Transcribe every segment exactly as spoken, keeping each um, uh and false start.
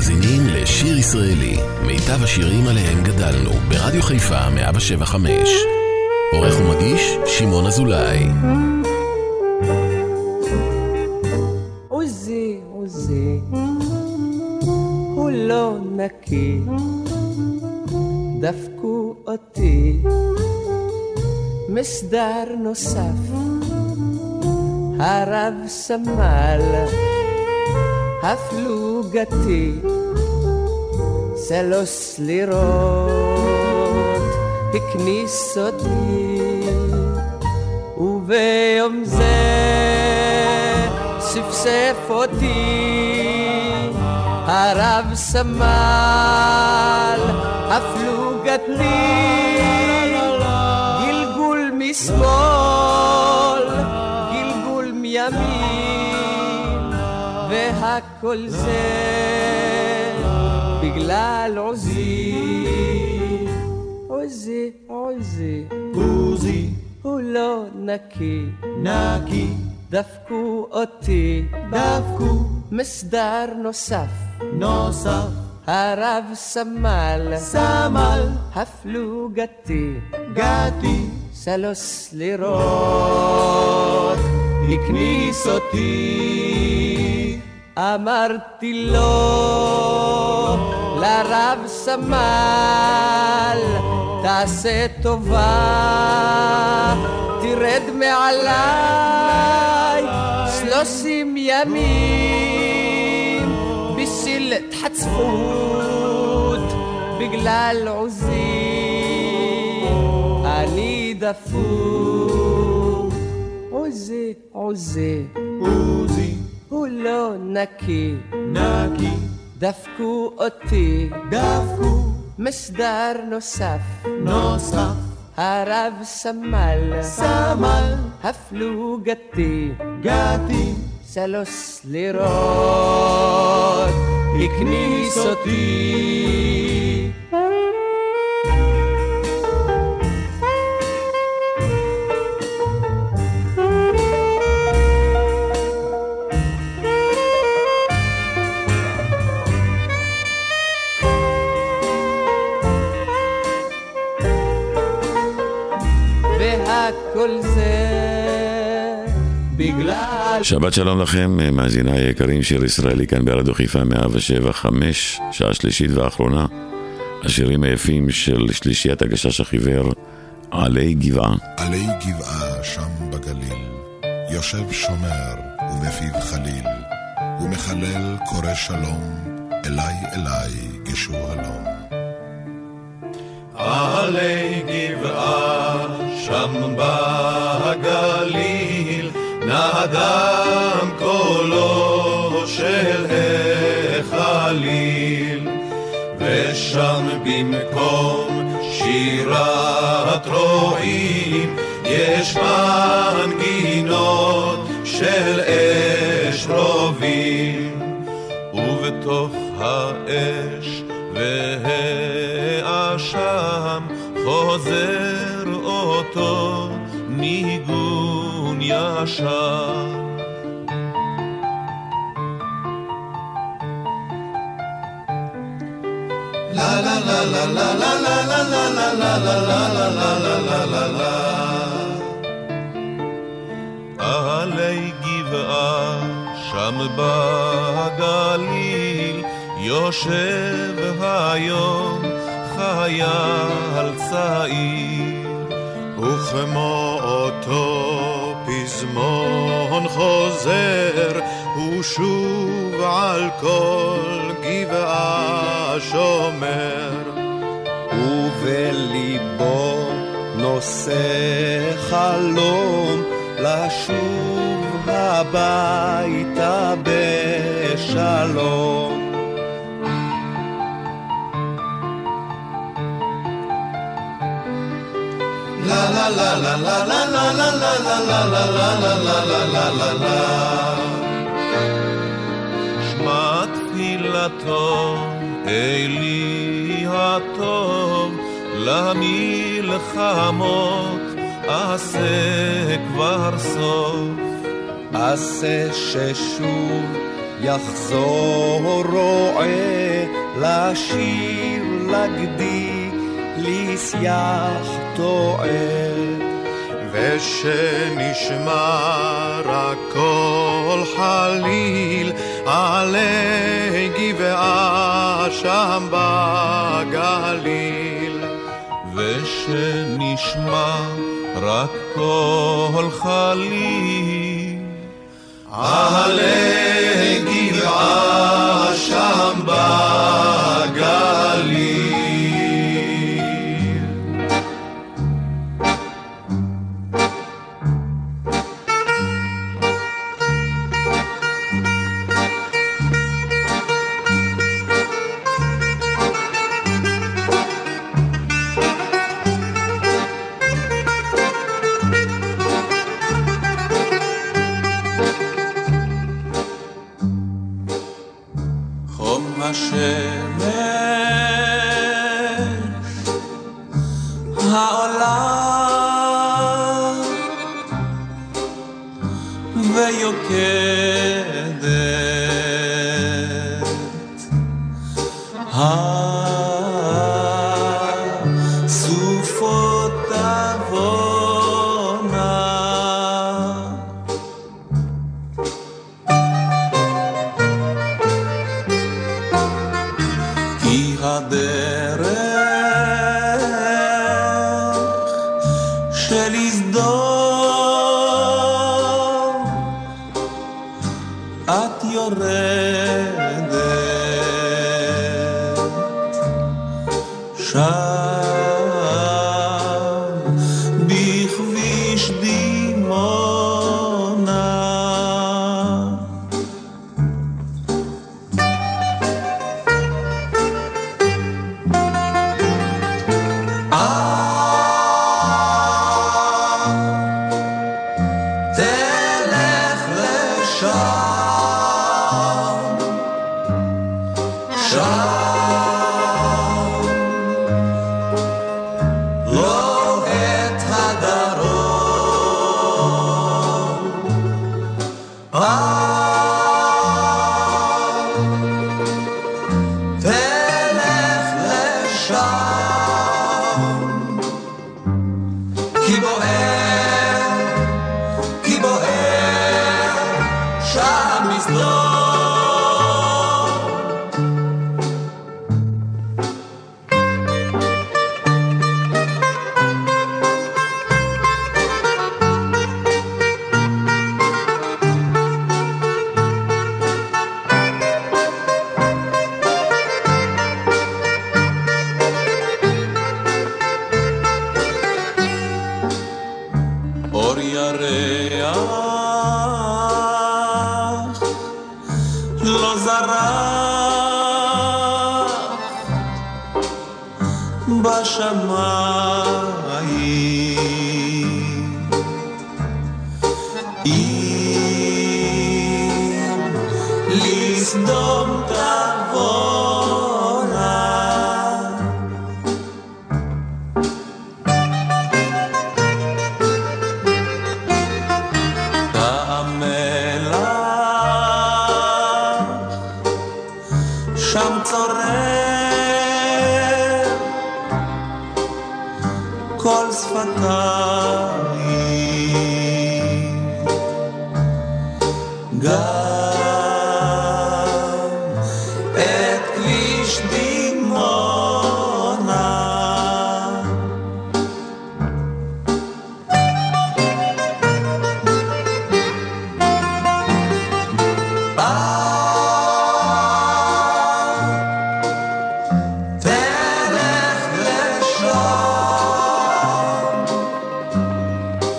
מאזינים לשיר ישראלי, מיטב השירים עליהם גדלנו, ברדיו חיפה מאה שבע חמש. עורך ומגיש שמעון אזולאי. עוזי, עוזי, הוא לא נקי, דפקו אותי, מסדר נוסף, הרב סמל, הפלוגתי, סלוס לירות, הכניס אותי, וביום זה ספסף אותי, הרב סמל, הפלוגתי, גלגול משמאל, גלגול מימין, והכל זה בגלל עוזי, עוזי, עוזי, עוזי, הוא לא נקי, נקי, דפקו אותי, דפקו, מסדר נוסף, נוסף, הרב סמל, סמל, הפלוגתי, גתי, סלוס לירות, הכניס אותי, אמרתי לו, לרב סמל, תעשה טובה, תרד מעליי, שלושים ימים, בשביל התחצפות, בגלל עוזי, אני דפוק. עוזי, עוזי, עוזי, הוא לא נקי, נקי, דפקו אותי, דפקו, מסדר נוסף, נוסף, הרב סמל, סמל, הפלוגתי, גתי, סלוס לירות, הכניס אותי. והכל זה בגלל... שבת שלום לכם, מאזיני היקרים, שיר ישראלי כאן ברדיו חיפה מאה שבע חמש, שעה שלישית ואחרונה. השירים היפים של שלישיית הגשש החיוור, עלי גבעה. עלי גבעה שם בגליל, יושב שומר ובפיו חליל, ומחלל קורא שלום, אליי אליי גשו הלום. עלי גבעה שם בגליל, נדם קולו של החליל, ושם במקום שירת רועים יש מנגינות של אש רובים, ובתוך האש והעשן חוזר אותו ניגון ישר. La la la la la la la la la la la la la la la la. עלי גבעה שם בגליל יושב היום חייל צעיר, וכמו אותו פזמון חוזר הוא שוב על כל גבעה שומר, ובליבו נושא חלום לשוב הביתה בשלום. La la la la la la la la la la la la la la la la la. שמע תפילתו אלי הטוב, למלחמות עשה כבר סוף. עשה ששוב יחזור רועה לשיר לגדי לשיח טועה ושנשמע רק קול חליל עלי גבעה שם בגליל ושנשמע רק קול חליל עלי גבעה שם בגליל השמש העולם ויוקדת הסופות תבונה הדרך של סדום את יורדת שם בכביש דימונה בשמיים אם לסדום תבונה המלח שם צורר כל שפתיים גם את כביש דימונה תלך לשם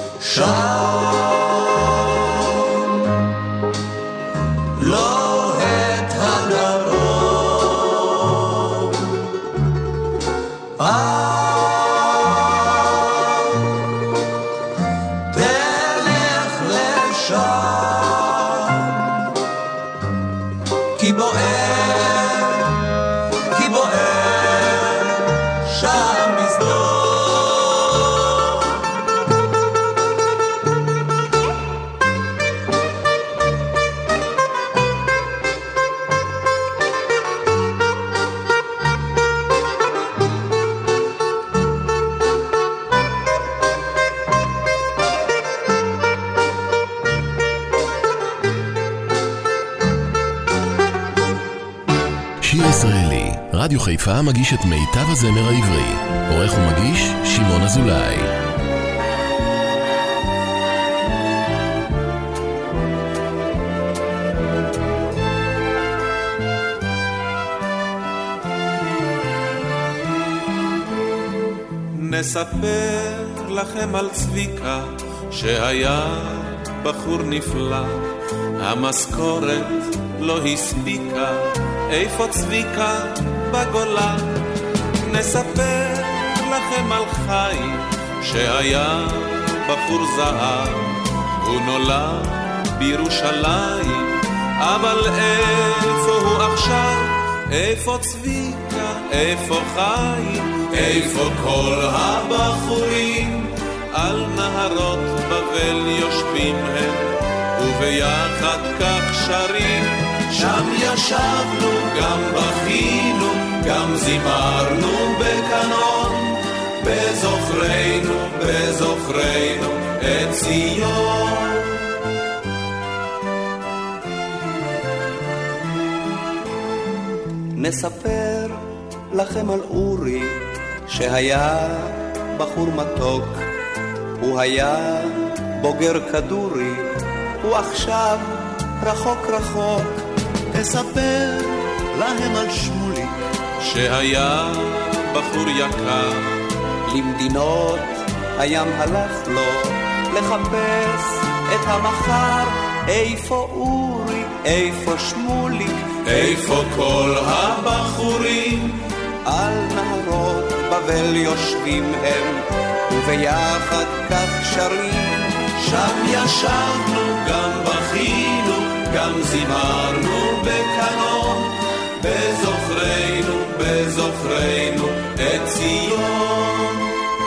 שיר ישראלי, רדיו חיפה מגיש את מיטב הזמר העברי. עורך ומגיש שמעון אזולאי. נספר לכם על צביקה שהיה בחור נפלא, המשכורת לא הספיקה, איפה צביקה בגולה. נספר לכם על חיים שהיה בחור זהב, הוא נולד בירושלים, אבל איפה הוא עכשיו? איפה צביקה? איפה חיים? איפה כל הבחורים? על נהרות בבל יושבים הם, וביחד כך שרים. שם ישבנו, גם בכינו, גם זימרנו בקנון, בזוכרנו, בזוכרנו את ציון. נספר לכם על אורי שהיה בחור מתוק, הוא היה בוגר כדורי, הוא עכשיו רחוק רחוק. תספר להם על שמוליק שהיה בחור יקר, למדינות הים הלך לו לחפש את המחר. איפה אורי? איפה שמוליק? איפה כל הבחורים? על נהרות בבל יושבים הם, וביחד כך שרים. שם ישבנו, גם בכינו, גם זימרנו בקנון, בזוכרנו, בזוכרנו את ציון.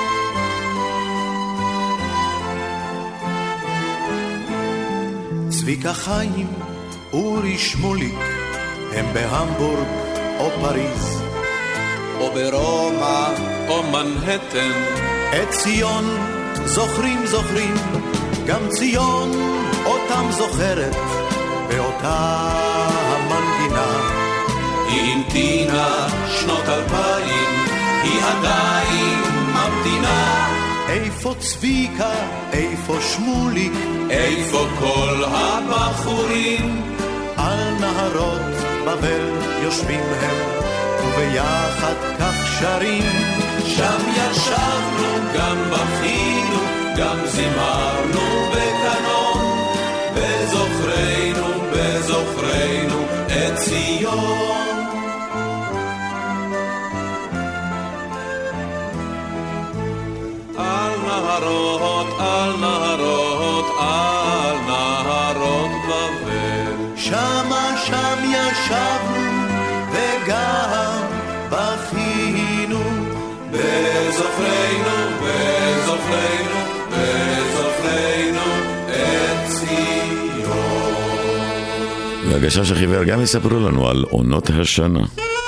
צביקה חיים, אורי שמוליק, הם בהמבורג או פריז או ברומא או מנהטן. את ציון זוכרים זוכרים, גם ציון אותם זוכרת באותה המנגינה. היא המתינה שנות אלפיים, היא עדיין ממתינה. איפה צביקה? איפה שמוליק? איפה כל הבחורים? על נהרות בבל יושבים הם, וביחד כך שרים. שם ישבנו, גם בכינו, גם זימרנו בקנון, בזוכרנו, בזוכרנו את ציון. על נהרות, על נהרות, על נהרות בבל, שמה שם ישבנו וגם בכינו, בזוכרנו, בזוכרנו, בזוכרנו את ציון. והגשש החיוור גם יספרו לנו על עונות השנה.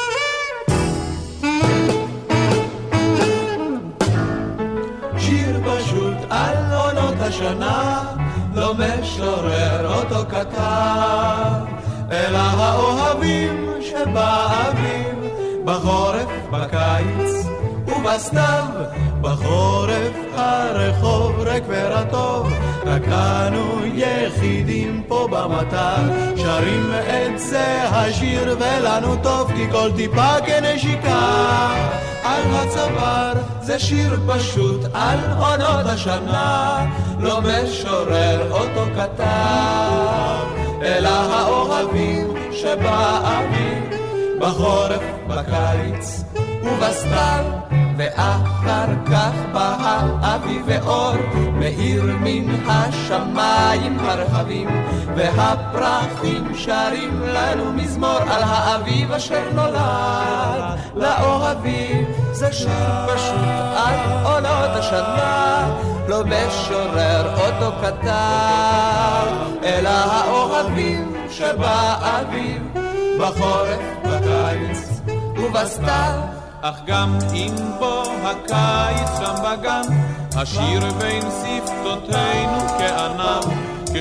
שיר פשוט על עונות השנה, לא משורר אותו כתב, אלא האוהבים שבאביב, בחורף, בקיץ ובסתיו. בחורף הרחוב ריק ורטוב, רק אנו יחידים פה במטר, שרים את זה השיר ולנו טוב, כי כל טיפה כנשיקה על הצוואר. זה שיר פשוט על עונות השנה, לא משורר אותו כתב, אלא האוהבים שבאביב, בחורף, בקיץ ובסתיו. ואחר כך בא האביב ואור מאיר מן השמיים הרחבים, והפרחים שרים לנו מזמור על האביב אשר נולד לאוהבים. זה שיר פשוט על עונות השנה, לא משורר אותו כתב, אלא האוהבים שבאביב, בחורף, בקיץ ובסתיו. אך גם אם בו הקיץ שם בגן, השיר בין שפתותינו כענב,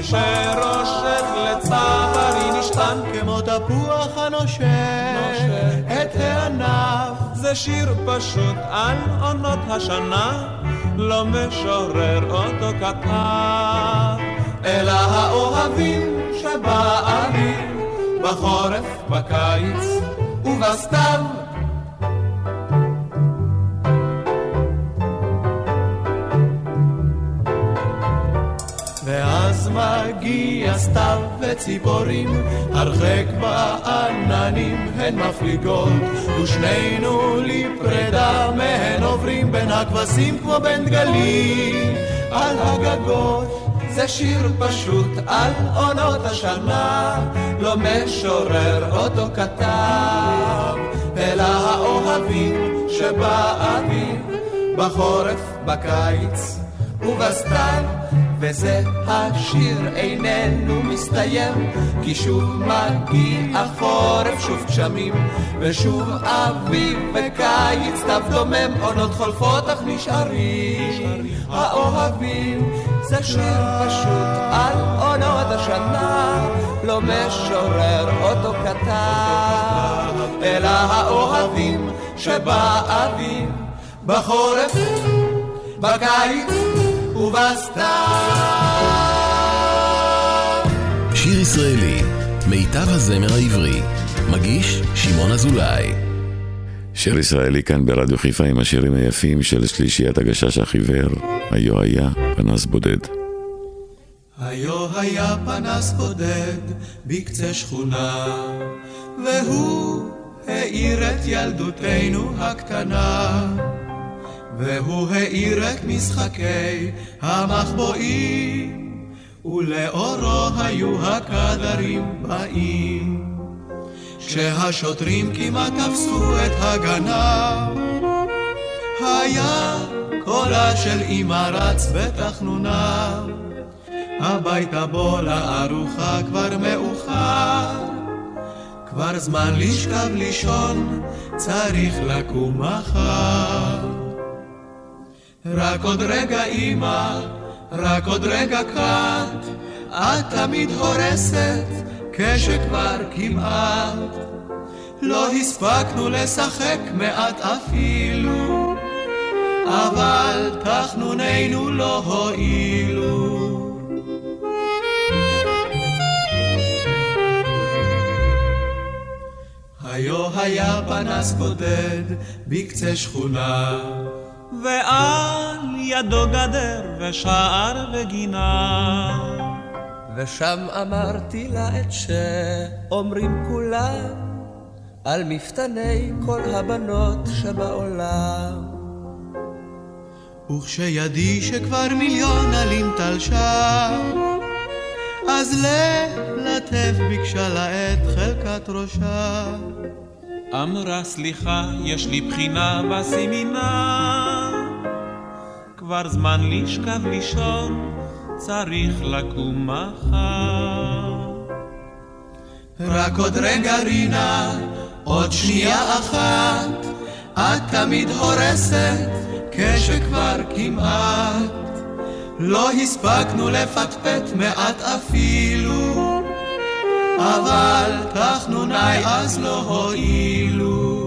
כשראשך לצהרי נשתן, כמו תפוח הנושך זה שיר פשוט על עונות השנה, לא משורר אותו כתב, אלא האוהבים שבאביב, בחורף, בקיץ ובסתיו. ואז מגיע סתיו וציפורים, הרחק בעננים הן מפליגות, ושנינו לפרידה מהן עוברים בין הכבשים כמו בין דגלים על הגגות. זה שיר פשוט על עונות השנה, לא משורר אותו כתב, אלא האוהבים שבאביב, בחורף, בקיץ ובסתיו. וזה השיר איננו מסתיים, כי שוב מגיע חורף, שוב גשמים ושוב אביב וקיץ, סתיו דומם, עונות חולפות אך נשארים האוהבים. זה שיר פשוט על עונות השנה, לא משורר אותו כתב, אלא האוהבים שבאביב, בחורף, בקיץ ובסתיו. שיר ישראלי, מיטב הזמר העברי, מגיש שמעון אזולאי. שיר ישראלי כאן ברדיו חיפה עם השירים היפים של שלישיית הגשש החיוור, היו היה פנס בודד. היו היה פנס בודד בקצה שכונה, והוא האיר את ילדותנו הקטנה, והוא האיר את משחקי המחבואים, ולאורו היו הקדרים באים. כשהשוטרים כמעט תפסו את הגנב, היה קולה של אמא רץ בתחנונה, הביתה בוא לארוחה כבר מאוחר, כבר זמן לשכב לישון, צריך לקום מחר. רק עוד רגע אמא, רק עוד רגע קט, את תמיד הורסת כשכבר כמעט לא הספקנו לשחק מעט אפילו, אבל תחנוננו לא הועילו. היו היה פנס בודד בקצה שכונה, ועל ידו גדר ושער וגינה, ושם אמרתי לה את שאומרים כולם על מפתני כל הבנות שבעולם. וכשידי שכבר מיליון עלים תלשה, אז ללטף ביקשה לה את חלקת ראשה. אמרה סליחה, יש לי בחינה בסמינר, כבר זמן לשכב לישון, צריך לקום מחר. רק עוד רגע רינה, עוד שנייה אחת, את תמיד הורסת כשכבר כמעט לא הספקנו לפטפט מעט אפילו, אבל תחנוני אז לא הועילו.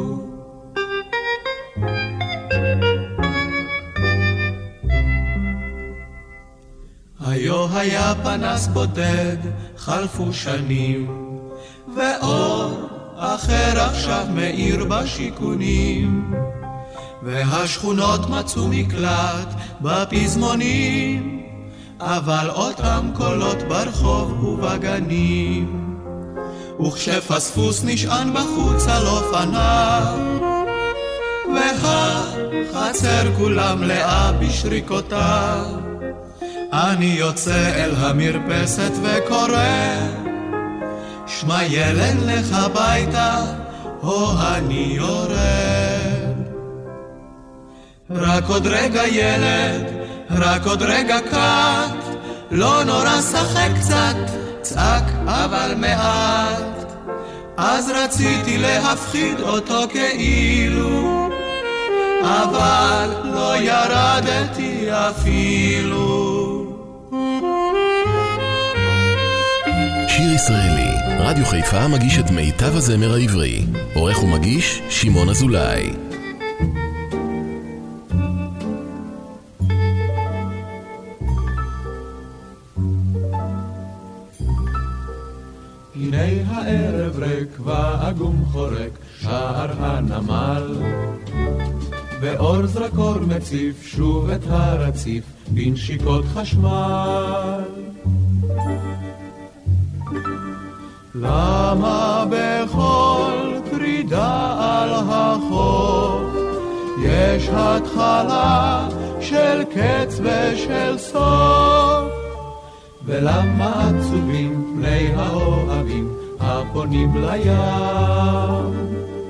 היו היה פנס בודד, חלפו שנים, ואור אחר עכשיו מאיר בשיכונים, והשכונות מצאו מקלט בפזמונים, אבל אותם קולות ברחוב ובגנים. וכשפספוס נשען בחוץ על אופניו, והחצר כולם לאה בשריקותיו, אני יוצא אל המרפסת וקורא, שמע ילד לך הביתה, או אני יורד. רק עוד רגע ילד, רק עוד רגע קט, לא נורא שחק קצת, צעק אבל מעט. אז רציתי להפחיד אותו כאילו, אבל לא ירדתי אפילו. שיר ישראלי, רדיו חיפה מגיש את מיטב הזמר העברי, עורך ומגיש שמעון אזולאי. שער הנמל, ואור זרקור מציף שוב את הרציף בנשיקות חשמל. למה בכל פרידה על החוף יש התחלה של קץ ושל סוף? ולמה עצובים פני האוהבים הפונים לים?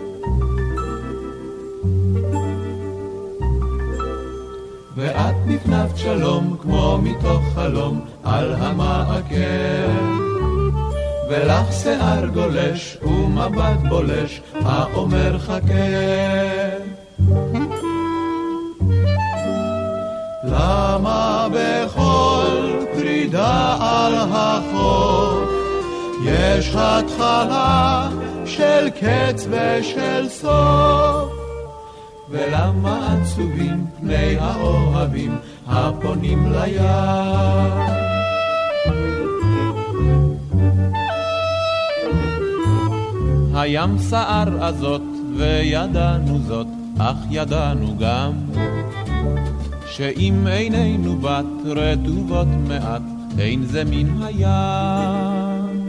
ואת נפנפת שלום כמו מתוך חלום על המעקר, ולך שיער גולש ומבט בולש האומר חכה. למה בכל פרידה על החוף יש התחלה של קץ ושל סוף? ולמה עצובים פני האוהבים הפונים לים? הים סער הזאת וידענו זאת, אך ידענו גם שאם עינינו בת רטובות מעט, אין זה מן הים.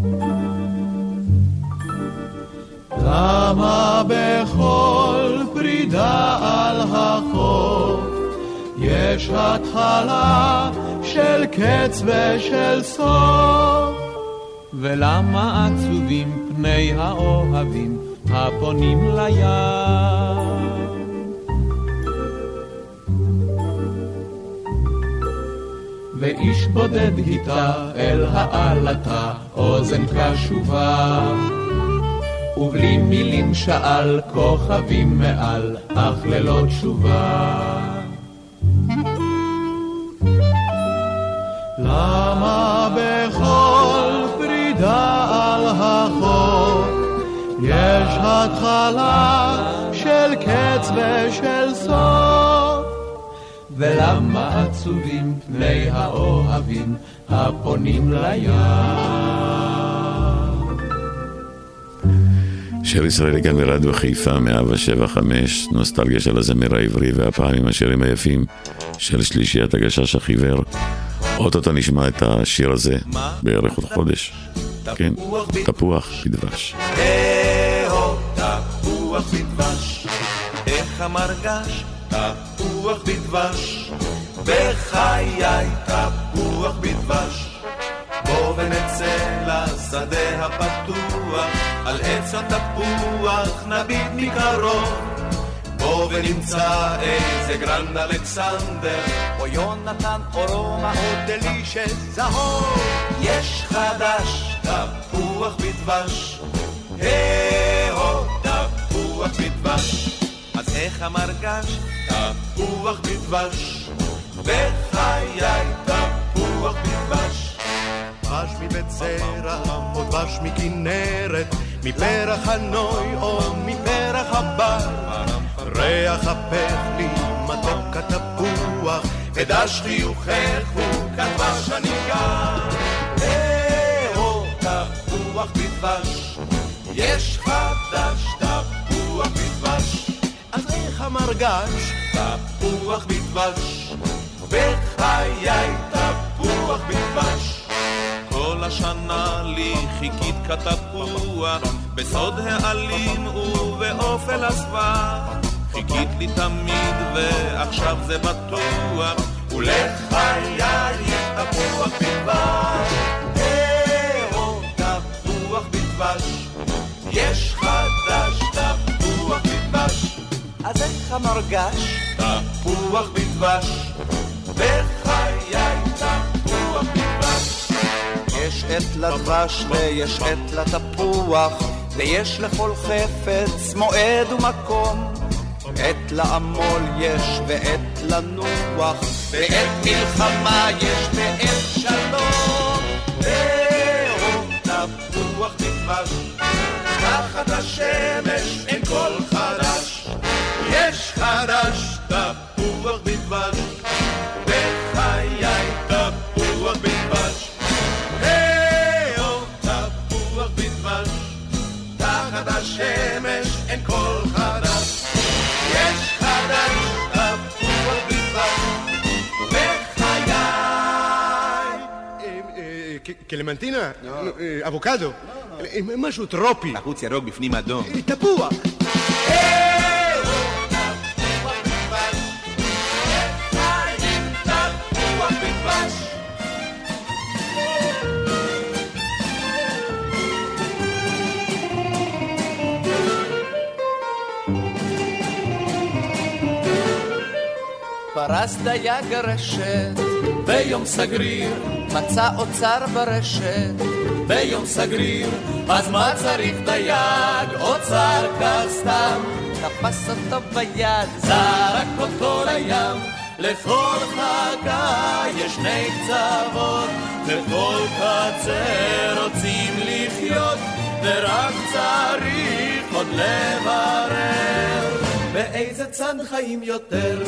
למה בכל פרידה על החוף יש התחלה של קץ ושל סוף? ולמה עצובים פני האוהבים הפונים לים? ואיש בודד היתה אל העלתה אוזן קשובה, ובלי מילים שאל כוכבים מעל, אך ללא תשובה. למה בכל פרידה על החוף יש התחלה של קץ ושל סוף? ולמה עצובים פני האוהבים הפונים לים? שיר ישראלי כאן ברדיו חיפה מאה שבע חמש, נוסטלגיה של הזמר העברי, והפעם עם השירים היפים של שלישיית הגשש החיוור. אוטוטו נשמע את השיר הזה בערך עוד חודש. כן, תפוח בדבש. אהו, תפוח בדבש, איך המרגש? תפוח בדבש, בחיי תפוח בדבש. בוא ונצא לשדה הפתוח, על עץ התפוח נביט מקרוב. בוא ונמצא איזה גרנד אלכסנדר, או יונתן או רומא או דלישס זהוב. יש חדש תפוח בדבש, הו תפוח בדבש. אז איך המרגש? תפוח בדבש, בחיי תפוח בדבש. דבש מבית זרע או דבש מכנרת, מפרח הנוי או מפרח הבר. ריח הפך לי מתוק התפוח, ודש חיוכך הוא כדבש הניגר. הו תפוח בדבש, יש חדש תפוח בדבש. אז איך המרגש? תפוח בדבש, בחיי תפוח בדבש. כל השנה לי חיכית כתפוח, בסוד העלים ובאופל הסבר. חיכית לי תמיד ועכשיו זה בטוח, ולחיי תפוח בדבש. הו תפוח בדבש, יש חדש תפוח בדבש. אז איך המרגש? תפוח בדבש, בחיי תפוח בדבש. יש עת לדבש ויש עת לתפוח, ויש לכל חפץ מועד ומקום. עת לעמול יש ועת לנוח, ועת מלחמה יש ועת שלום. הו תפוח בדבש, תחת השמש אין כל חדש. יש חדש תפוח בדבש, בחיי תפוח בדבש. הו תפוח בדבש, תחת השמש אין קלמנטינה? אבוקדו? משהו טרופי. לחוץ ירוק בפנים אדום. תפוח. פרס דייג הרשת ביום סגריר, מצא אוצר ברשת ביום סגריר, אז מה צריך דייג? אוצר כסתם, תפס אותו ביד, זרק אותו לים. לכל חכה יש שני קצוות, לכל קצה רוצים לחיות, ורק צריך עוד לברר באיזה צד חיים יותר.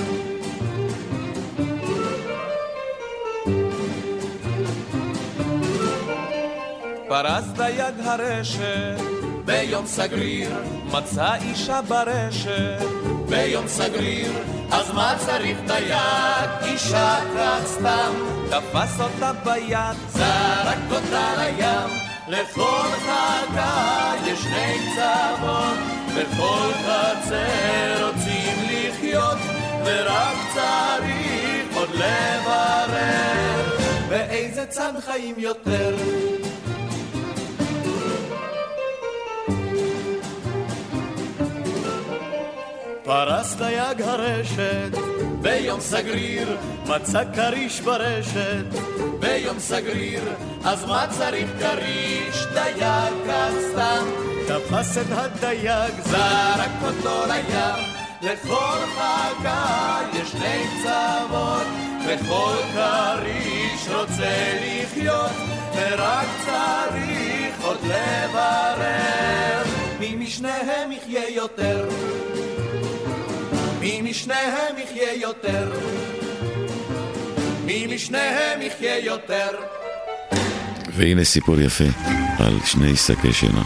פרס דייג הרשת ביום סגריר, מצא אישה ברשת ביום סגריר, אז מה צריך דייג? אישה כך סתם, תפס אותה ביד, זרק אותה לים. לכל חכה יש שני קצוות, בכל קצה רוצים לחיות, ורק צריך עוד לברר באיזה צד חיים יותר. פרס דייג הרשת ביום סגריר, מצא כריש ברשת ביום סגריר, אז מה צריך כריש? דייג כך סתם, תפס את הדייג, זרק אותו לים. לכל חכה יש שני קצוות, וכל כריש רוצה לחיות, ורק צריך עוד לברר מי משניהם יחיה יותר, מי משניהם יחיה יותר, מי משניהם יחיה יותר. והנה סיפור יפה על שני שקי שינה.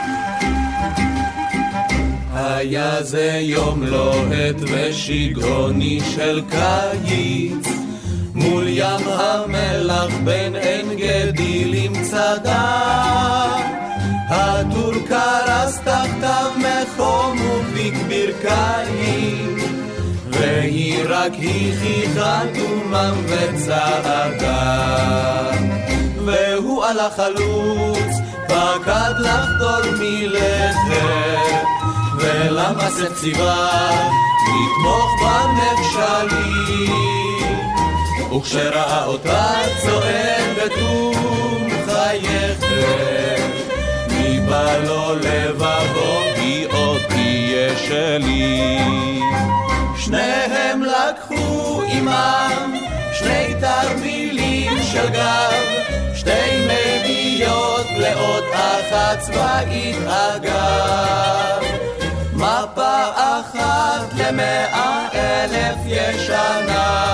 היה זה יום לוהט ושגעוני של קיץ, מול ים המלח בין עין גדי למצדה, הטור קרס תחתיו מחום ופיק ברכיים, והיא רק הכיחה דומם וצעדה, והוא על החלוץ פקד לחדור מלכת, ולמסך ציווה לתמוך בנכשלים, וכשראה אותה צועדת ומחייכת, מי בא לו לבבו היא עוד תהיה שלי. שניהם לקחו עמם שני תרמילים של גב, שתי מימיות לעוד אחת צבאית אגב, מפה אחת למאה אלף ישנה,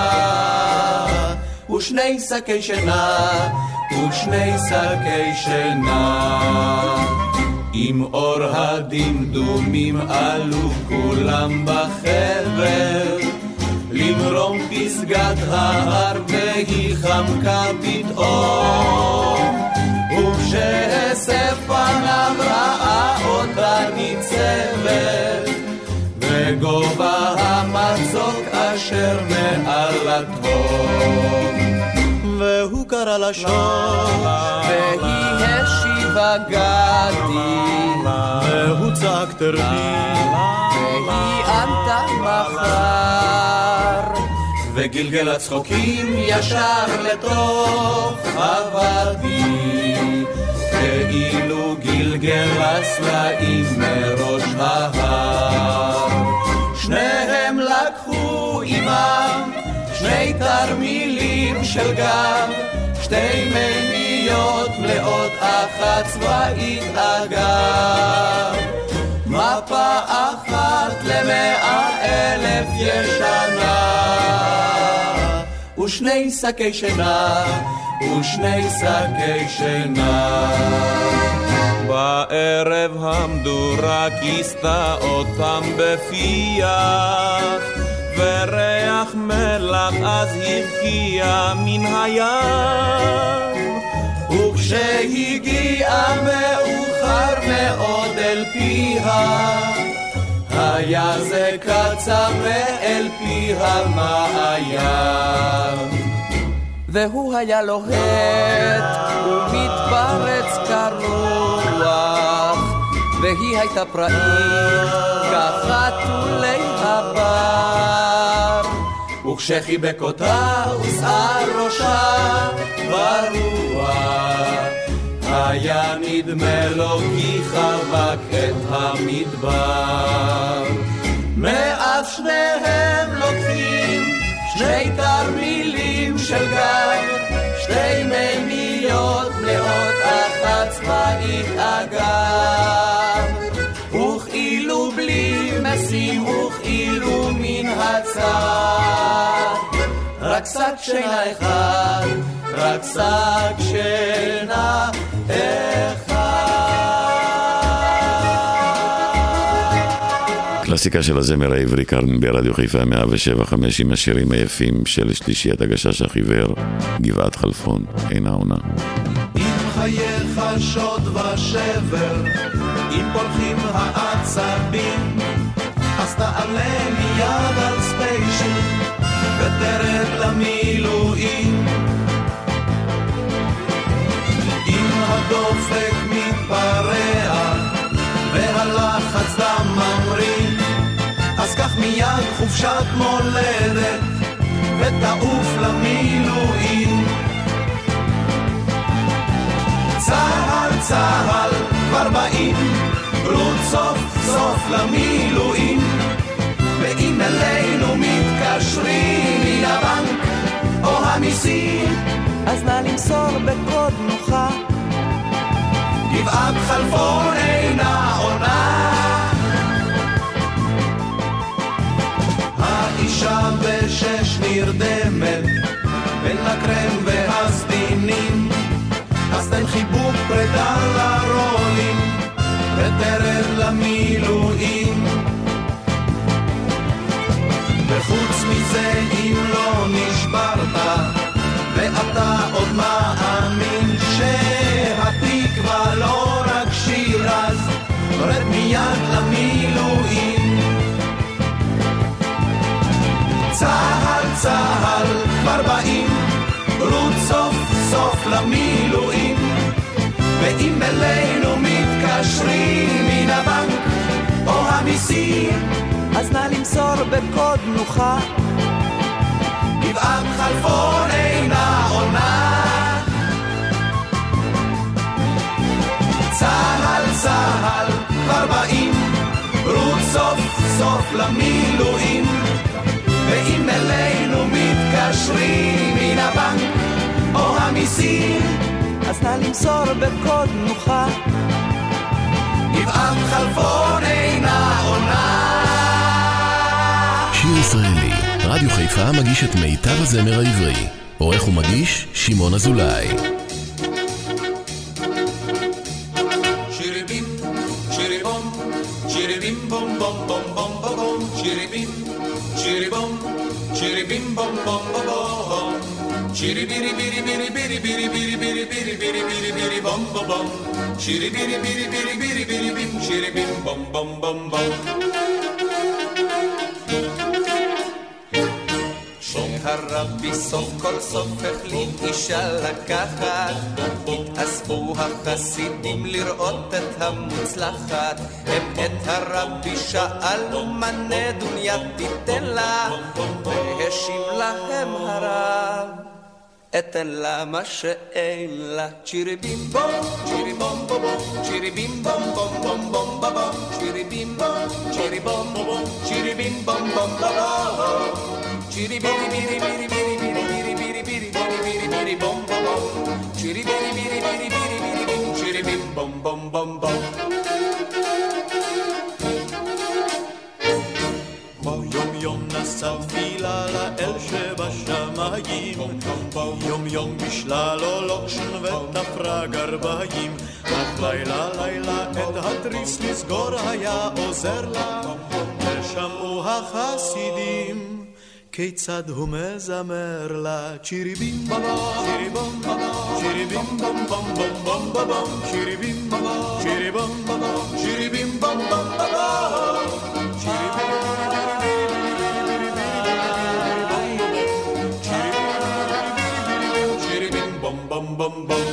ושני שקי שינה, ושני שקי שינה. עם אור הדמדומים עלו כולם בחבר, למרום פסגת ההר והיא חמקה פתאום, וכשהסף פניו ראה אותה ניצבת, וגובה המצוק אשר מעל התהום, והוא קרא לשון והיא השיבה גדי, והוא צעק תרדי והיא ענתה מחר, וגלגל הצחוקים ישר לתוך הוואדי, כאילו גלגל הסלעים מראש ההר. שניהם לקחו עמם שני תרמילים של גב, שתי מימיות מלאות אחת צבאית אגב, מפה אחת למאה אלף ישנה, ושני שקי שינה, ושני שקי שינה. בערב המדורה כיסתה אותם בפיח, וריח מלח אז הבקיע מן הים, וכש שהגיעה מאוחר מאוד אל פיה, היה זה קצה מאל פי המעיין. והוא היה לוהט ומתפרץ כרוח, והיא הייתה פראית כחתולי הבר, וכשחיבק אותה ושער ראשה ברוח, היה נדמה לו כי חבק את המדבר. מאז שניהם לוקחים שני תרמילים של גן, שתי מימיות מלאות אחת צבאית אגן, וכאילו בלי משים וכאילו מן הצד, רק שק שינה אחד, רק שק שינה קלאסיקה של הזמר העברי כאן ברדיו חיפה מאה שבע חמש עם השירים היפים של שלישיית הגשש החיוור, גבעת חלפון, אין העונה. אם חייך שוד ושבר, אם פולחים העצבים, אז תעלה מיד על ספיישל ותרד למילואים. אם הדופק מתפרע והלחץ דם ממריא, אז קח מיד חופשת מולדת ותעוף למילואים. צהל צהל כבר באים, רות סוף סוף למילואים, ואם אלינו מתקשרים מן הבנק או המיסים, אז נא למסור בקוד נוחה, גבעת חלפון אינה עונה. האישה בשש נרדמת בין הקרם והסדינים, אז תן חיבוק פרידה לרולים ותרד למילואים. וחוץ מזה אם לא נשברת ואתה עוד מאמין שהתקווה לא רק שיר, אז רד מיד למילואים. צהל צהל כבר באים, רות סוף סוף למילואים, ואם אלינו מתקשרים מן הבנק או המיסים, אז נא למסור בקוד נוחה, גבעת חלפון אינה עונה. צהל צהל כבר באים, רות סוף סוף למילואים, ואם אלינו מתקשרים מן הבנק או המיסים, אז נא למסור בקוד נוחה, גבעת חלפון אינה עונה. שיר ישראלי, רדיו חיפה מגיש את מיטב הזמר העברי. עורך ומגיש שמעון אזולאי. שיריבים, שיריבום, שיריבים בום בום בום בום בום, שיריבים, שיריבום, שיריבים בום בום בום, שיריבירי בירי בירי בירי בירי בירי בירי בירי בירי בירי בירי בום בום בום, שיריבירי בירי בירי בירי בירי בים, שיריבים בום בום בום בום. הרבי סוף כל סוף החליט אישה לקחת, התאספו החסידים לראות את המוצלחת, הם את הרבי שאלו מה נדוניה תיתן לה, והשיב להם הרב אתן לה מה שאין לה. צ'יריבים בום, צ'יריבום בום, צ'יריבים בום בום בום בום בום, צ'יריבים בום, צ'יריבום בום, צ'יריבים בום בום בום, צ'ירי בירי בירי בירי בירי בירי בירי בירי בירי בירי בירי בום בום בום, צ'ירי בירי בירי בירי בירי בירי בירי צ'ירי בים בום בום בום בום. יום יום נשא תפילה לאל שבשמיים, יום יום בשלה לו לוקשן ותפרה גרביים, אך לילה לילה את התריס לסגור היה עוזר לה, ושמעו החסידים כיצד הוא מזמר לה צ'יריבים צ'יריבום צ'יריבים בום בום בום בום בום צ'יריבים צ'יריבום צ'יריבים בום בום בום צ'יריבים בום בום בום בום.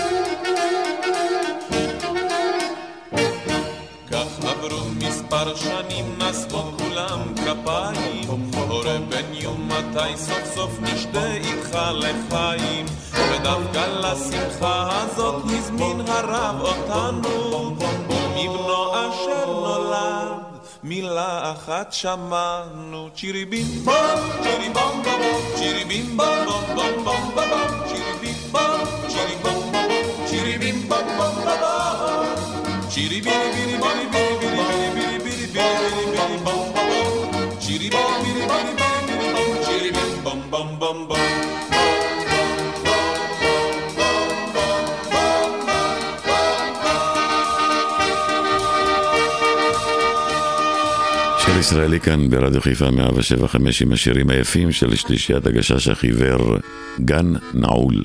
עברו מספר שנים נספו כולם כפיים הורה בן יום מתי סוף סוף נשתה איתך לחיים ודווקא לשמחה הזאת הזמין הרב אותנו ומבנו אשר נולד מילה אחת שמענו צ'יריבים בום צ'יריבום בום צ'יריבים בום בום בום בום צ'יריבים בום צ'יריבום בום צ'יריבים בום בום בום צ'ירי בירי בירי בירי בירי בירי בירי בירי בירי בום בום צ'ירי בירי בירי בירי בירי בום צ'ירי בירי בום בום בום בום. שיר ישראלי כאן ברדיו חיפה מאה שבע חמש עם השירים היפים של שלישיית הגשש החיוור גן נעול.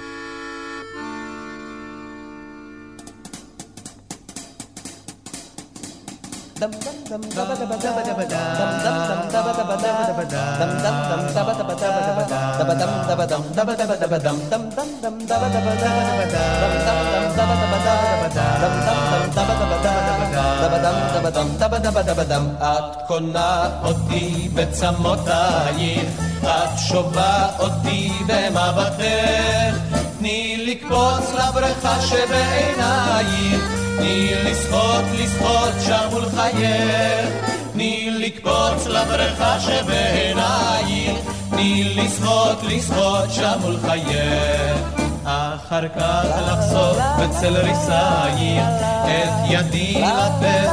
את קונה אותי בצמותייך, את שובה אותי במבטך, תני לקפוץ לבריכה שבעינייך, תני לשחות לשחות שם מול חייך, תני לקפוץ לבריכה שבעינייך, תני לשחות לשחות שם מול חייך, אחר כך לחשוף בצל ריסייך, את ידי לתת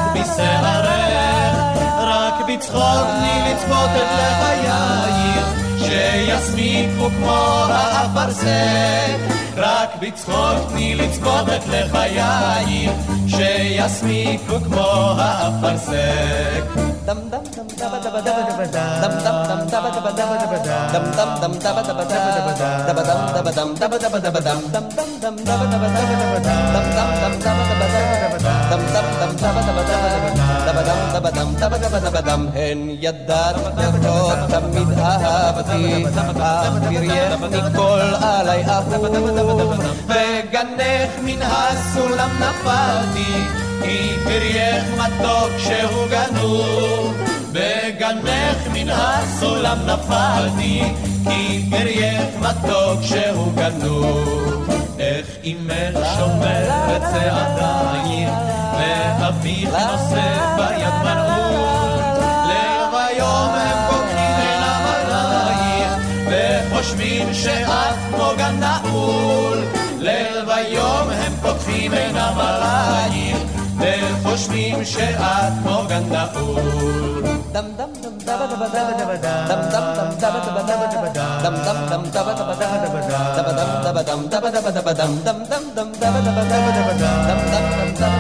בשערך, רק בצחוק תני לצפות את לחייך, שיסמיקו כמו האפרסק, רק בצחוק תני לצפות את לחייך, שיסמיקו כמו האפרסק. דם דם דם דבה דבה דבה דבה דם דם דם דבה דבה דבה דבה דם דם דם דבה דבה דבה דבה דם דבה דבה דבה דם דם דם דבה דבה דבה דם דם דם דבה דבה דבה דם דם דם דבה דבה דבה דם דבה דבה דבה דם. הן ידעת לא תמיד אהבתי, אווירך מכל עלי אהוב, בגנך מן הסולם נפלתי, כי פרייך מתוק שהוא גנוב, בגנך מן הסולם נפלתי, כי פרייך מתוק שהוא גנוב. איך אמך שומרת צעדייך, ואביך נושא ביד מנעול, ליל ויום הם קוראים אליו עלייך, וחושבים שאת כמו גן נעול, ליל ויום הם פותחים עינם עלייך, וחושבים שאת כמו גן נעול. דם דם דם דבה דבה דבה דם דם דם דבה דבה דבה דם דם דם דבה דבה דבה דבה דבה דם דבה דבה דבה דם דם דם דם דבה דבה דבה דם דם דם דבה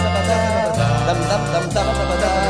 דבה דבה דם דם דם דבה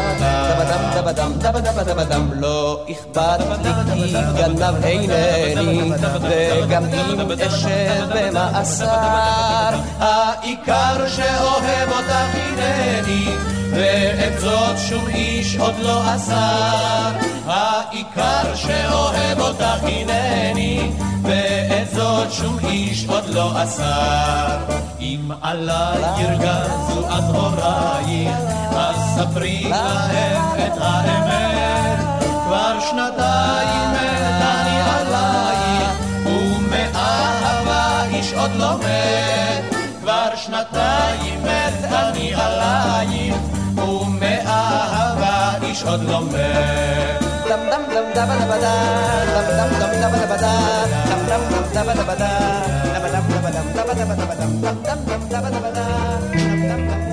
דבה דבה דבה דבה דבה דם. לא אכפת לי כי גנב אינני, וגם אם אשב במאסר, העיקר שאוהב אותך הנני, ואת זאת שום איש עוד לא אסר, העיקר שאוהב אותך הנני, ואת זאת שום איש עוד לא אסר. אם עליי ירגזו אז הורייך, אז ספרי להם את האמת, כבר שנתיים מתני עלייך, ומאהבה איש עוד לא מת, כבר שנתיים מתני עלייך, ומאהבה איש עוד לא מת. דם דם דם דבה דבה דם דם דם דבה דבה דם דם דם דבה דבה דם דם דבה דם דבה דבה דם דם דם דבה דבה דם.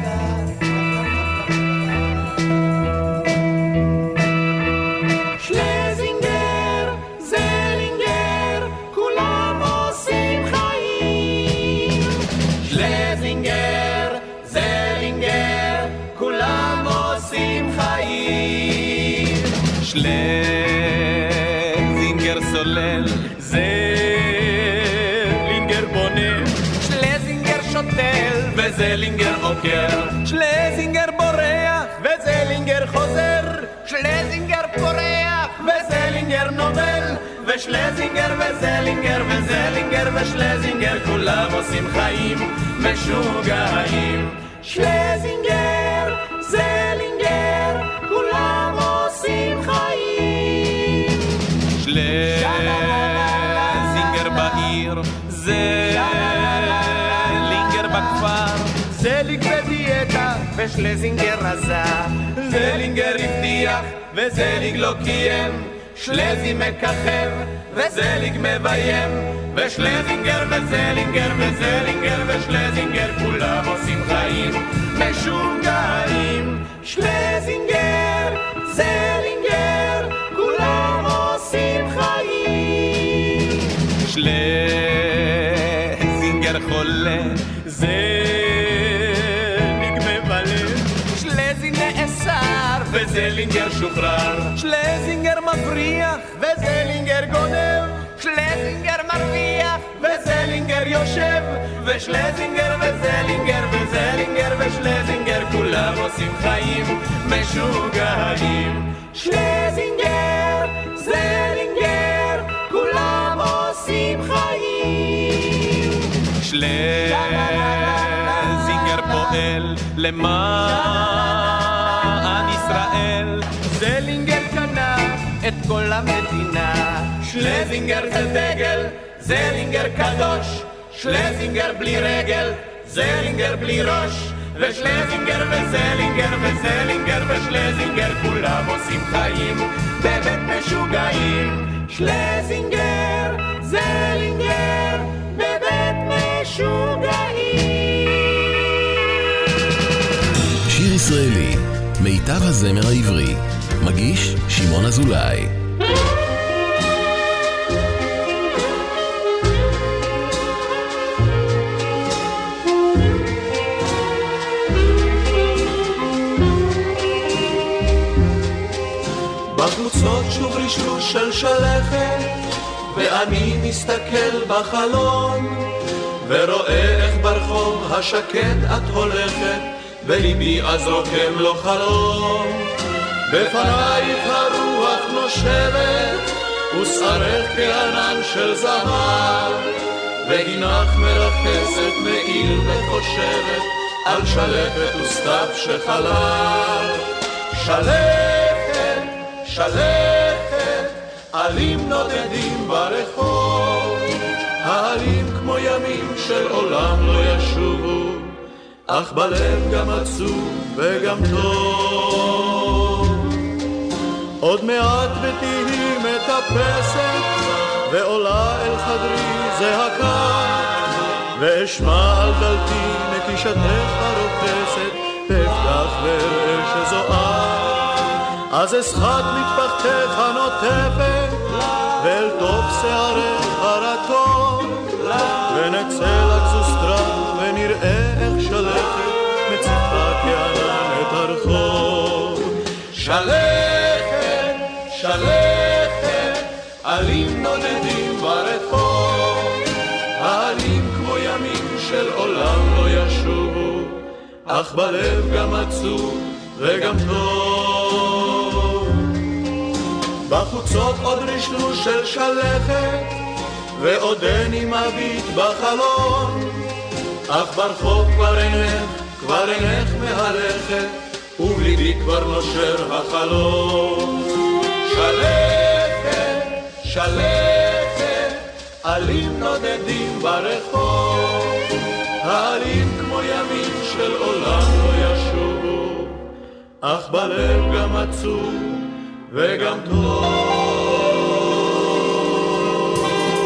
שלזינגר, זלינגר, כולם עושים חיים. שלזינגר, זלינגר, כולם עושים חיים. שלזינגר, שלזינגר סולל, זלינגר בונה, שלזינגר שוטל, וזלינגר עוקר, שלזינגר בורח, וזלינגר חוזר, שלזינגר פורח, וזלינגר נובל, ושלזינגר וזלינגר וזלינגר ושלזינגר כולם עושים חיים משוגעים. שלזינגר, זלינגר, כולם עושים חיים. שלזינגר בעיר, זלינגר בכפר, זליג בדיאטה ושלזינגר רזה, זלינגר הבטיח וזליג לא קיים, שלזי מככב וזליג מביים, ושלזינגר וזלינגר וזלינגר ושלזינגר כולם עושים חיים משוגעים. שלזינגר, זלינגר, כולם עושים חיים. שלזינגר חולה, זליג מבלה, שלזי נאסר, וזלינגר שוחרר, שלזינגר מבריח, וזלינגר גונב, שלזינגר מרוויח, וזלינגר יושב, ושלזינגר וזלינגר וזלינגר ושלזינגר כולם עושים חיים משוגעים. שלזינגר, זלינגר, כולם עושים חיים. שלזינגר פועל למען ישראל, זלינגר קנה את כל המדינה, שלזינגר זה דגל, זלינגר קדוש, שלזינגר בלי רגל, זלינגר בלי ראש, ושלזינגר וזלינגר וזלינגר ושלזינגר כולם עושים חיים בבית משוגעים. שלזינגר, זלינגר, בבית משוגעים. שיר ישראלי, מיטב הזמר העברי, מגיש שמעון אזולאי. בחוצות שוב רשרוש של שלכת, ואני מסתכל בחלון ורואה איך ברחוב השקט את הולכת, וליבי אז רוקם לו חלום. בפנייך הרוח נושבת ושערך כענן של זהב, והינך מרחסת מעיל וחושבת על שלכת וסתיו שחלב. שלכת, שלכת, עלים נודדים ברחוב, העלים כמו ימים של עולם לא ישובו, אך בלב גם עצוב וגם טוב. עוד מעט ותהי מטפסת ועולה אל חדרי זעקה, ואשמע על דלתי נקישתך הרופסת, ואפתח ואראה שזו את. אז אשחק מטפחתך הנוטפת ואל תוך שערך הרטון, ונצא לגזוסטרה ונראה איך שלכת מציפה כענן את הרחוב. שלכת, שלכת, עלים נודדים ברחוב, העלים כמו ימים של עולם לא ישובו, אך בלב גם עצוב וגם טוב. בחוצות עוד רשרוש של שלכת, ועודני מביט בחלון, אך ברחוב כבר אינך, כבר אינך מהלכת, ובליבי כבר נושר החלום. שלכת, שלכת, עלים נודדים ברחוב, העלים כמו ימים של עולם לא ישובו, אך בלב גם עצוב וגם טוב.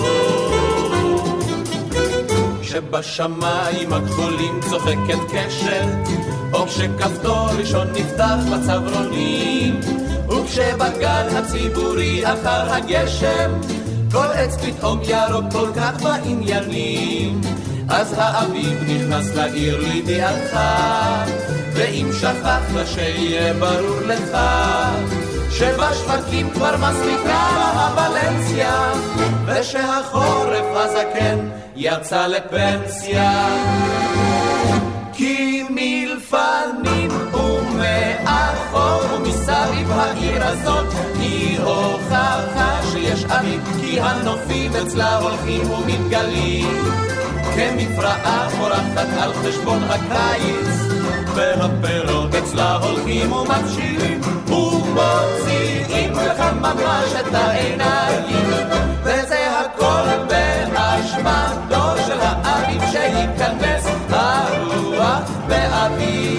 שבשמיים הכחולים צוחקת קשת, או כשכפתור ראשון נפתח בצברונים, וכשבגן הציבורי אחר הגשם כל עץ פתאום ירוק כל כך בעניינים, אז האביב נכנס לעיר לידיעתך, ואם שכחת שיהיה ברור לך שבשווקים כבר מספיקה הבלנסיה, ושהחורף הזקן יצא לפנסיה. כי מלפנים ומאחור ומסביב העיר הזאת היא הוכחה שיש אביב, כי הנופים אצלה הולכים ומתגלים כמפרעה פורחת על חשבון הקיץ, והפירות אצלה הולכים ומבשילים ומוציאים לך ממש את העיניים, וזה הכל באשמתו של האביב שייכנס הרוח באביב,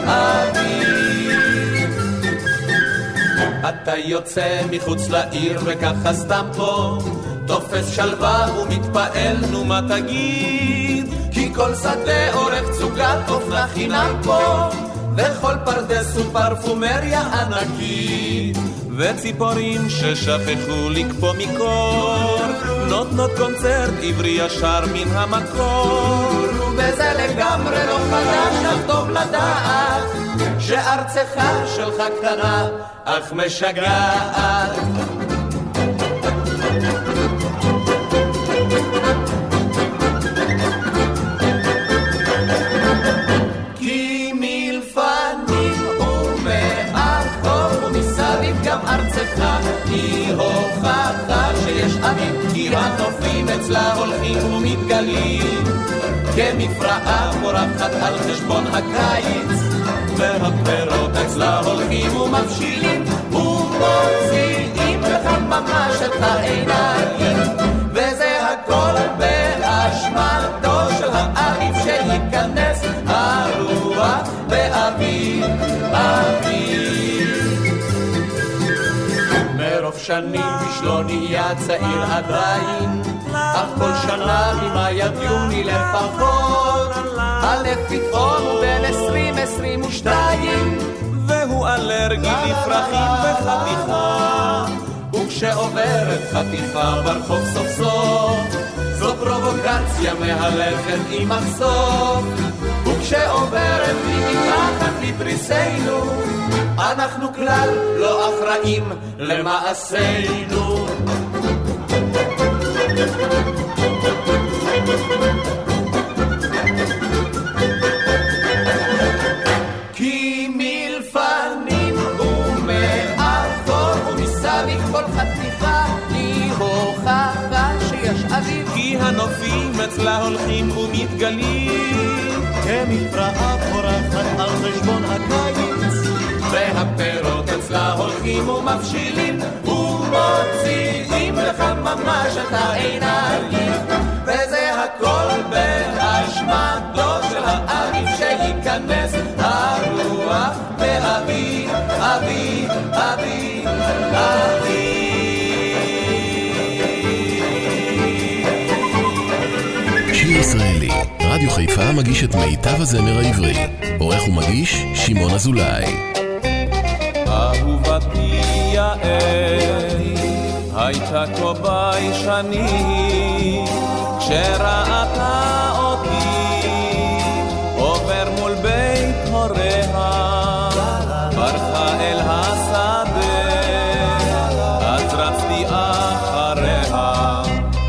אביב. אתה יוצא מחוץ לעיר וככה סתם פה תופס שלווה ומתפעל, נו מה תגיד, כי כל שדה עורך צוגת אופנה חינם פה, וכל פרדס ופרפומריה ענקית, וציפורים ששכחו לקפוא מקור נותנות קונצרט עברי ישר מן המקור. וזה לגמרי לא חדש, אך טוב לדעת שארצך שלך קטנה אך משגעת. כי מלפנים ומאחור ומסביב גם ארצך היא הוכחה שיש אביב, כי הנופים אצלה הולכים ומתגלים כמפרעה פורחת על חשבון הקיץ, והפירות אצלה הולכים ומבשילים ומוציאים לך ממש את העיניים, וזה הכל באשמתו של האביב שייכנס הרוח באביב, אביב. מרוב שנים בשלו נהיה צעיר עדיין, אך כל שנה ממאי יוני לפחות הלב פתאום בין עשרים עשרים ושתיים, והוא אלרגי לפרחים וחתיכה, וכשעוברת חתיכה ברחוב סוף סוף זו פרובוקציה מהלכת עם מחסוף, וכשעוברת היא מתחת לפריסנו אנחנו כלל לא אחראים למעשינו. כי מלפנים ומאחור ומסביב כל חתיכה היא הוכחה שיש אביב, כי הנופים אצלה הולכים ומתגלים כמפרעה פורחת על חשבון הקיץ, והפירות אצלה הולכים ומבשילים ומוציאים לך ממש את העיניים, וזה הכל באשמתו של האביב שייכנס הרוח באביב, אביב, אביב, אביב. שיר ישראלי, רדיו חיפה מגיש את מיטב הזמר העברי. עורך ומגיש שמעון אזולאי. אהובתי יעל הייתה כה ביישנית, כשראתה אותי עובר מול בית הוריה, ברחה אל השדה אז רצתי אחריה.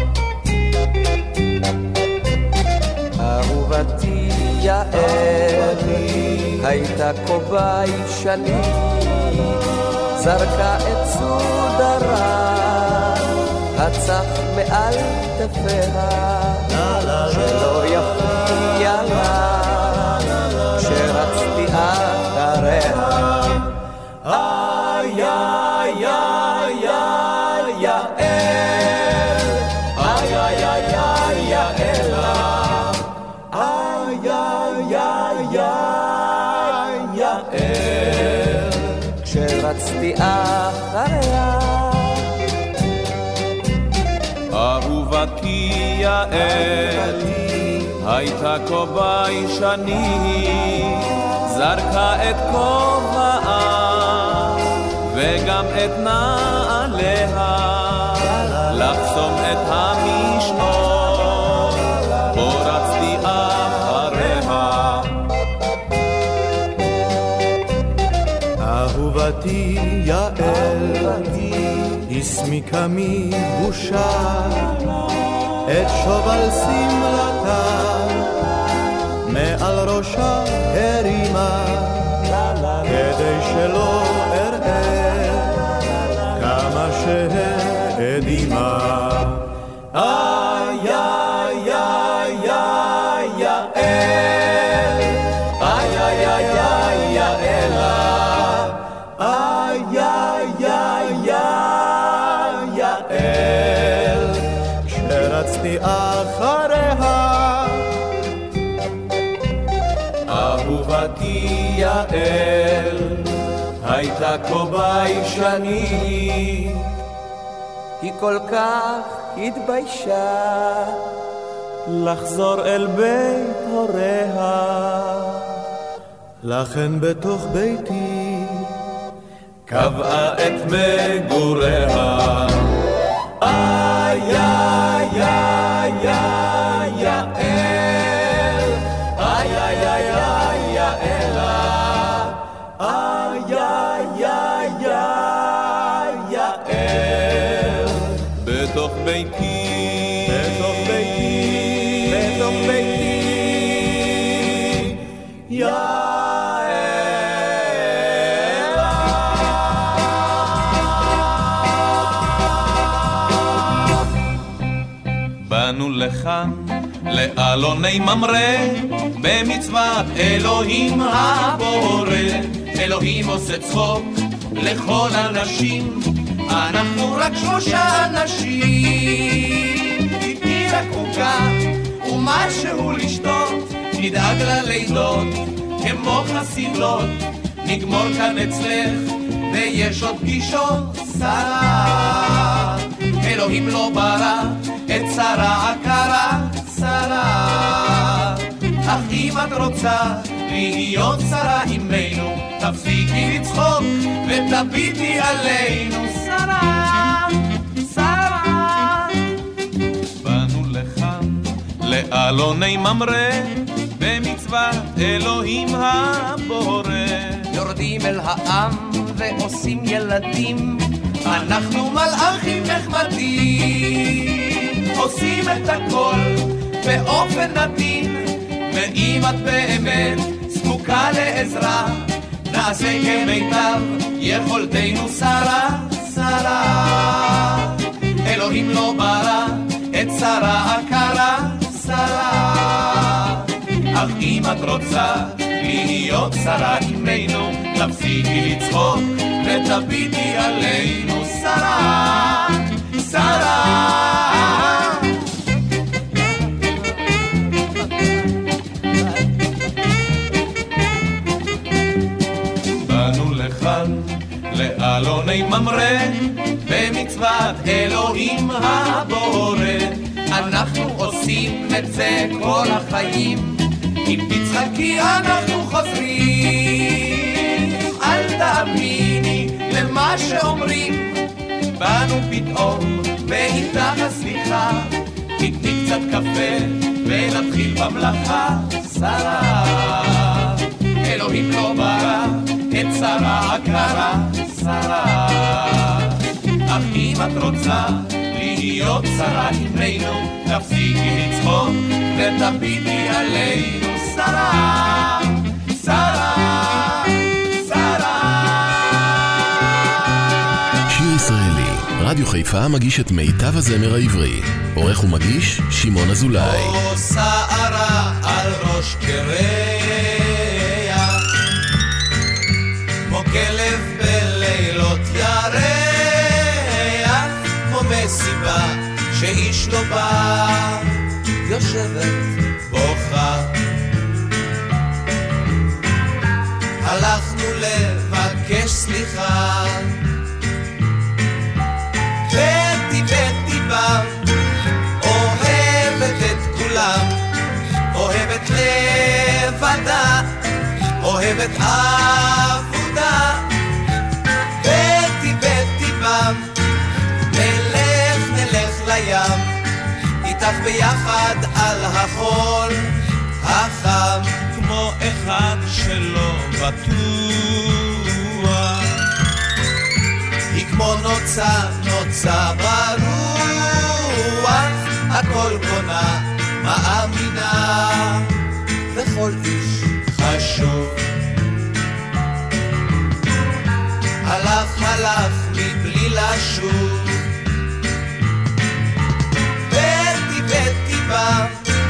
אהובתי יעל הייתה כה ביישנית, זרקה את סודרה הצח מעל כתפיה, שלא יפתיע לה כשרצתי אחריה. איי איי איי איי יעל, איי איי איי איי יעלה, איי איי איי איי יעל, כשרצתי אחריה. אהובתי יעל הייתה כה ביישנית, זרקה את כובעה וגם את נעליה, לחסום את המשנות פה רצתי אחריה. אהובתי יעל הסמיקה מבושה את שובל סמלתה, מעל ראשה הרימה כדי שלא אראה כמה שהאדימה. איי איי איי איי יעל, איי איי איי איי יעלה, איי איי איי איי יעל, כשרצתי אחריה אהובתי יעל הייתה כה ביישנית, היא כל כך התביישה לחזור אל בית הוריה, לכן בתוך ביתי קבעה את מגוריה. איי איי איי איי יעל, איי איי איי איי יעלה, איי איי איי איי יעל, בתוך ביתי, בתוך ביתי, בתוך ביתי יעל. באנו לכאן לאלוני ממרא במצוות אלוהים הבורא. אלוהים עושה צחוק לכל אנשים, אנחנו רק שלושה אנשים. תתני רק עוגה ומשהו לשתות, נדאג ללילות כמו חסידות, נגמור כאן אצלך ויש עוד פגישות. שרה אלוהים לא ברא את שרה עקרה שרה, אך אם את רוצה להיות שרה עמנו, תפסיקי לצחוק ותביטי עלינו. שרה, שרה, באנו לכאן לאלוני ממרא במצוות אלוהים הבורא. יורדים אל העם ועושים ילדים, אנחנו מלאכים נחמדים, עושים את הכל באופן עדין, ואם את באמת זקוקה לעזרה, נעשה כמיטב יכולתנו. שרה, שרה, אלוהים לא ברא את שרה עקרה שרה, אך אם את רוצה להיות שרה עמנו, תפסיקי לצחוק ותביטי עלינו. שרה, שרה, באנו לכאן לאלוני ממרא במצוות אלוהים הבורא. אנחנו עושים את זה כל החיים, אם תצחקי אנחנו חוזרים. אל תאמיני למה שאומרים, באנו פתאום ואיתך הסליחה, תתני קצת קפה ונתחיל במלאכה. שרה, אלוהים לא ברא את שרה עקרה שרה, אך אם את רוצה להיות שרה עמנו, תפסיקי לצחוק ותביטי עלינו. שרה, שרה, שרה. שיר ישראלי, רדיו חיפה מגיש את מיטב הזמר העברי. עורך ומגיש שמעון אזולאי. או שערה על ראש קרח, כמו כלב בלילות ירח, כמו מסיבה שאיש לא בא, יושבת בוכה. הלכנו לבקש סליחה, בטי בטי בא, אוהבת את כולם, אוהבת לבדה, אוהבת עבודה. בטי בטי בא, נלך נלך לים, איתך ביחד על החול החם, כמו אחד שלא בטוח, היא כמו כמו נוצה, נוצה ברוח, הכל קונה, מאמינה, וכל איש חשוב. הלך הלך מבלי לשוב, בטי בטי בא,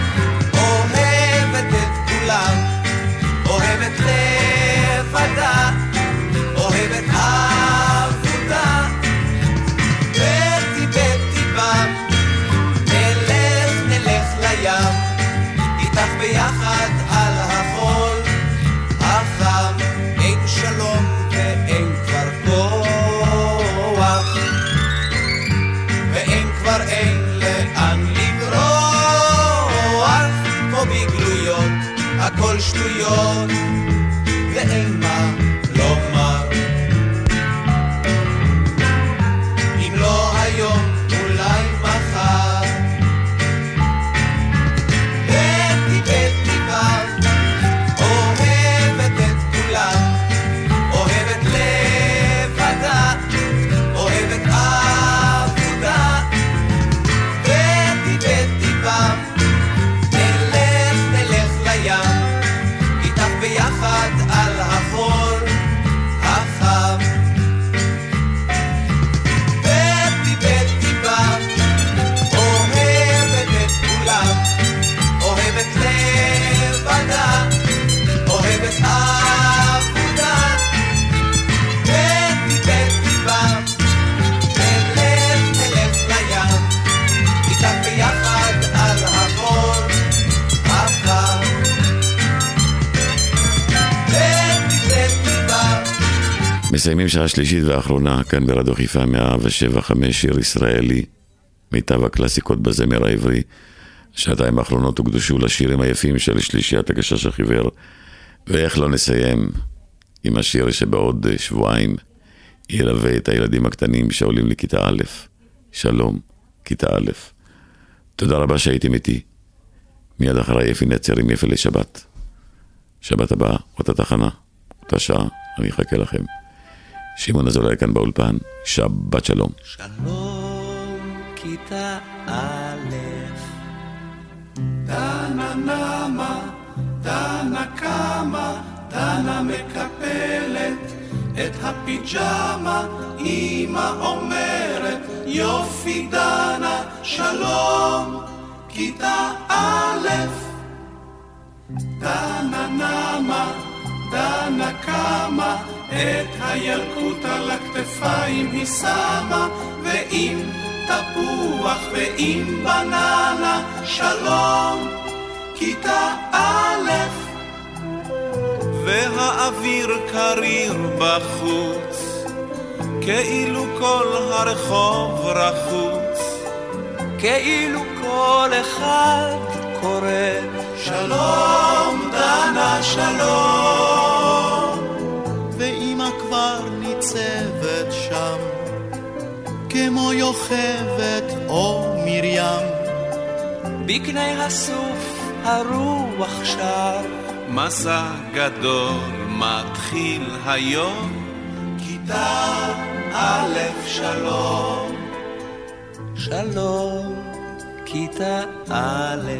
אוהבת את כולם, אוהבת לבדה, אוהבת עבודה. בטי בטי בא, נלך נלך לים, איתך ביחד על החול החם, אין שלום ואין כבר כוח, ואין כבר אין לאן לברוח, כמו בגלויות הכל שטויות ואין מה לומר. אם לא היום אולי מחר, בטי בטי בא, אוהבת את כולם, אוהבת לבדה, אוהבת עבודה. בטי בטי בא, נלך נלך לים, איתך ביחד על החול החם. בטי בטי בא, אוהבת את כולם, אוהבת לבדה, אוהבת עבודה. בטי בטי בא, נלך נלך לים, איתך ביחד על החול החם. בטי בטי בא. מסיימים שעה שלישית ואחרונה כאן ברדיו חיפה מאה ושבע חמש, שיר ישראלי, מיטב הקלאסיקות בזמר העברי. שעתיים האחרונות הוקדשו לשירים היפים של שלישיית הגשש החיוור, ואיך לא נסיים עם השיר שבעוד שבועיים ילווה את הילדים הקטנים שעולים לכיתה א'. שלום, כיתה א'. תודה רבה שהייתם איתי. מיד אחרי אפי נצר עם יפה לשבת. שבת הבאה, אותה תחנה, אותה שעה, אני אחכה לכם. שמעון אזולאי כאן באולפן, שבת שלום. שלום כיתה א', דנה נמה, דנה קמה, דנה מקפלת את הפיג'מה, אמא אומרת יופי דנה, שלום כיתה א'. דנה נמה, דנה קמה, את הילקוט על הכתפיים היא שמה, ועם תפוח ועם בננה, שלום כיתה א'. והאוויר קריר בחוץ, כאילו כל הרחוב רחוץ, כאילו כל אחד קורא שלום דנה שלום, ואמא כבר ניצבת שם כמו יוכבת או מרים, בקני הסוף הרוח שר, מסע גדול מתחיל היום, כיתה א' שלום. שלום כיתה א'.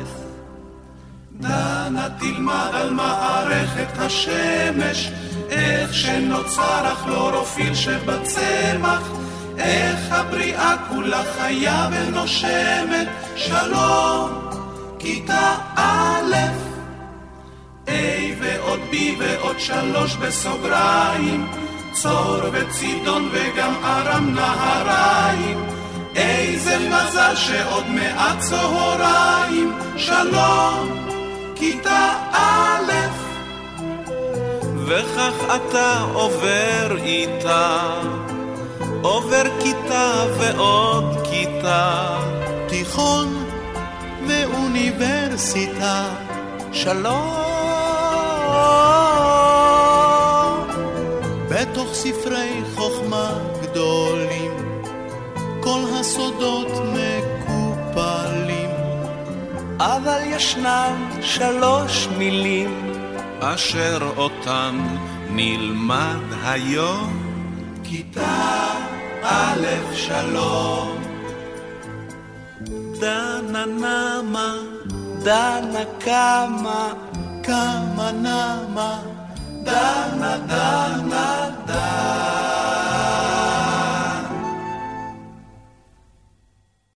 דנה תלמד על מערכת השמש, איך שנוצר הכלורופיל שבצמח, איך הבריאה כולה חיה ונושמת, שלום כיתה א'. A ועוד B ועוד שלוש בסוגריים, צור וצידון וגם ארם נהריים, איזה מזל שעוד מעט צהריים, שלום כיתה א'. וכך אתה עובר איתה, עובר כיתה ועוד כיתה, תיכון ואוניברסיטה, שלום בתוך ספרי חוכמה גדולים, כל הסודות מקופלים, אבל ישנם שלוש מילים אשר אותן נלמד היום, כיתה א'. חורף שלום. דנה נמה, דנה קמה, קמה נמה, דנה דנה דנה